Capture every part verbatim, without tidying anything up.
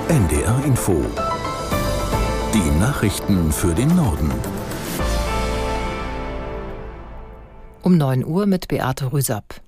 N D R Info. Die Nachrichten für den Norden. Um neun Uhr mit Beate Rüsapp.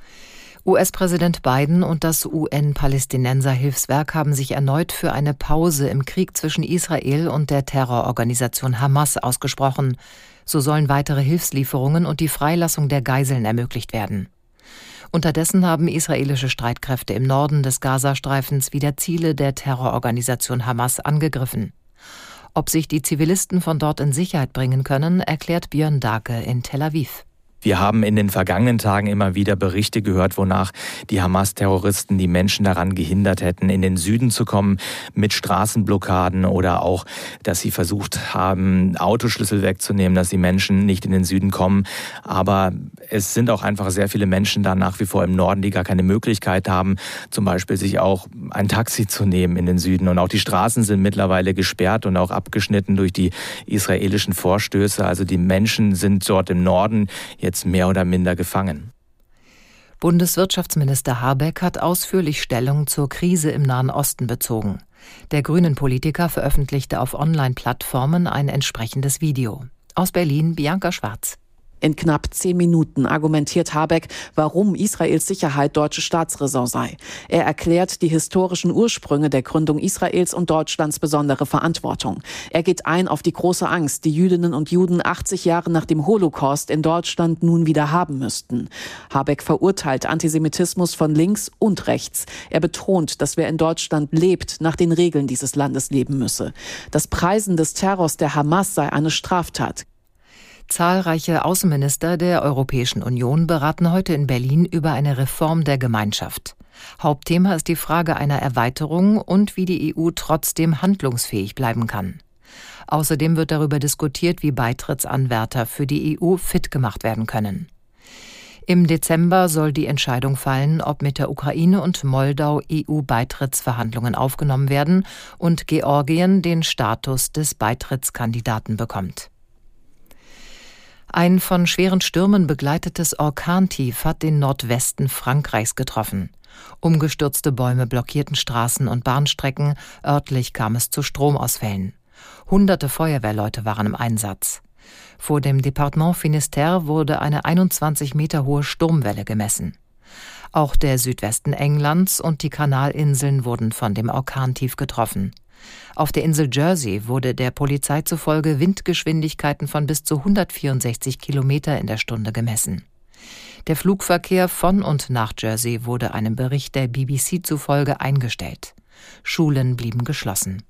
U S-Präsident Biden und das U N-Palästinenser-Hilfswerk haben sich erneut für eine Pause im Krieg zwischen Israel und der Terrororganisation Hamas ausgesprochen. So sollen weitere Hilfslieferungen und die Freilassung der Geiseln ermöglicht werden. Unterdessen haben israelische Streitkräfte im Norden des Gazastreifens wieder Ziele der Terrororganisation Hamas angegriffen. Ob sich die Zivilisten von dort in Sicherheit bringen können, erklärt Björn Dake in Tel Aviv. Wir haben in den vergangenen Tagen immer wieder Berichte gehört, wonach die Hamas-Terroristen die Menschen daran gehindert hätten, in den Süden zu kommen mit Straßenblockaden oder auch, dass sie versucht haben, Autoschlüssel wegzunehmen, dass die Menschen nicht in den Süden kommen. Aber es sind auch einfach sehr viele Menschen da nach wie vor im Norden, die gar keine Möglichkeit haben, zum Beispiel sich auch ein Taxi zu nehmen in den Süden. Und auch die Straßen sind mittlerweile gesperrt und auch abgeschnitten durch die israelischen Vorstöße. Also die Menschen sind dort im Norden jetzt jetzt mehr oder minder gefangen. Bundeswirtschaftsminister Habeck hat ausführlich Stellung zur Krise im Nahen Osten bezogen. Der Grünen-Politiker veröffentlichte auf Online-Plattformen ein entsprechendes Video. Aus Berlin Bianca Schwarz. In knapp zehn Minuten argumentiert Habeck, warum Israels Sicherheit deutsche Staatsräson sei. Er erklärt die historischen Ursprünge der Gründung Israels und Deutschlands besondere Verantwortung. Er geht ein auf die große Angst, die Jüdinnen und Juden achtzig Jahre nach dem Holocaust in Deutschland nun wieder haben müssten. Habeck verurteilt Antisemitismus von links und rechts. Er betont, dass wer in Deutschland lebt, nach den Regeln dieses Landes leben müsse. Das Preisen des Terrors der Hamas sei eine Straftat. Zahlreiche Außenminister der Europäischen Union beraten heute in Berlin über eine Reform der Gemeinschaft. Hauptthema ist die Frage einer Erweiterung und wie die E U trotzdem handlungsfähig bleiben kann. Außerdem wird darüber diskutiert, wie Beitrittsanwärter für die E U fit gemacht werden können. Im Dezember soll die Entscheidung fallen, ob mit der Ukraine und Moldau E U-Beitrittsverhandlungen aufgenommen werden und Georgien den Status des Beitrittskandidaten bekommt. Ein von schweren Stürmen begleitetes Orkantief hat den Nordwesten Frankreichs getroffen. Umgestürzte Bäume blockierten Straßen und Bahnstrecken, örtlich kam es zu Stromausfällen. Hunderte Feuerwehrleute waren im Einsatz. Vor dem Departement Finistère wurde eine einundzwanzig Meter hohe Sturmwelle gemessen. Auch der Südwesten Englands und die Kanalinseln wurden von dem Orkantief getroffen. Auf der Insel Jersey wurde der Polizei zufolge Windgeschwindigkeiten von bis zu hundertvierundsechzig Kilometer in der Stunde gemessen. Der Flugverkehr von und nach Jersey wurde einem Bericht der B B C zufolge eingestellt. Schulen blieben geschlossen.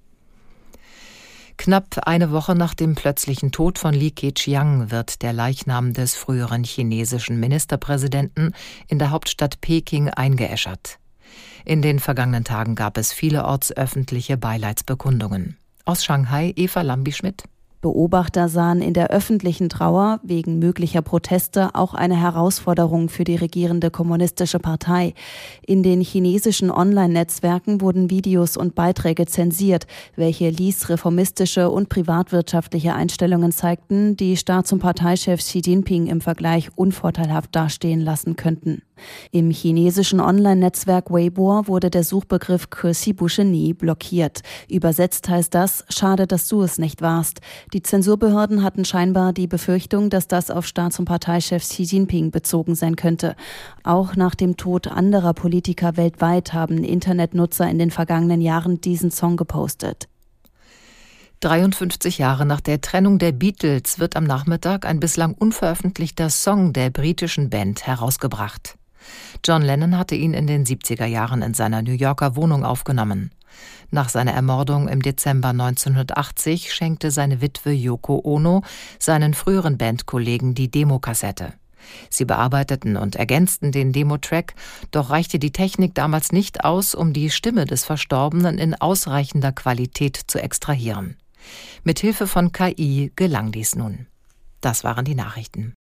Knapp eine Woche nach dem plötzlichen Tod von Li Keqiang wird der Leichnam des früheren chinesischen Ministerpräsidenten in der Hauptstadt Peking eingeäschert. In den vergangenen Tagen gab es vielerorts öffentliche Beileidsbekundungen. Aus Shanghai Eva Lambi-Schmidt. Beobachter sahen in der öffentlichen Trauer wegen möglicher Proteste auch eine Herausforderung für die regierende kommunistische Partei. In den chinesischen Online-Netzwerken wurden Videos und Beiträge zensiert, welche Lis reformistische und privatwirtschaftliche Einstellungen zeigten, die Staats- und Parteichef Xi Jinping im Vergleich unvorteilhaft dastehen lassen könnten. Im chinesischen Online-Netzwerk Weibo wurde der Suchbegriff Ke-si-bu-she-ni blockiert. Übersetzt heißt das, schade, dass du es nicht warst. Die Zensurbehörden hatten scheinbar die Befürchtung, dass das auf Staats- und Parteichef Xi Jinping bezogen sein könnte. Auch nach dem Tod anderer Politiker weltweit haben Internetnutzer in den vergangenen Jahren diesen Song gepostet. dreiundfünfzig Jahre nach der Trennung der Beatles wird am Nachmittag ein bislang unveröffentlichter Song der britischen Band herausgebracht. John Lennon hatte ihn in den siebziger Jahren in seiner New Yorker Wohnung aufgenommen. Nach seiner Ermordung im Dezember neunzehnhundertachtzig schenkte seine Witwe Yoko Ono seinen früheren Bandkollegen die Demokassette. Sie bearbeiteten und ergänzten den Demotrack, doch reichte die Technik damals nicht aus, um die Stimme des Verstorbenen in ausreichender Qualität zu extrahieren. Mit Hilfe von K I gelang dies nun. Das waren die Nachrichten.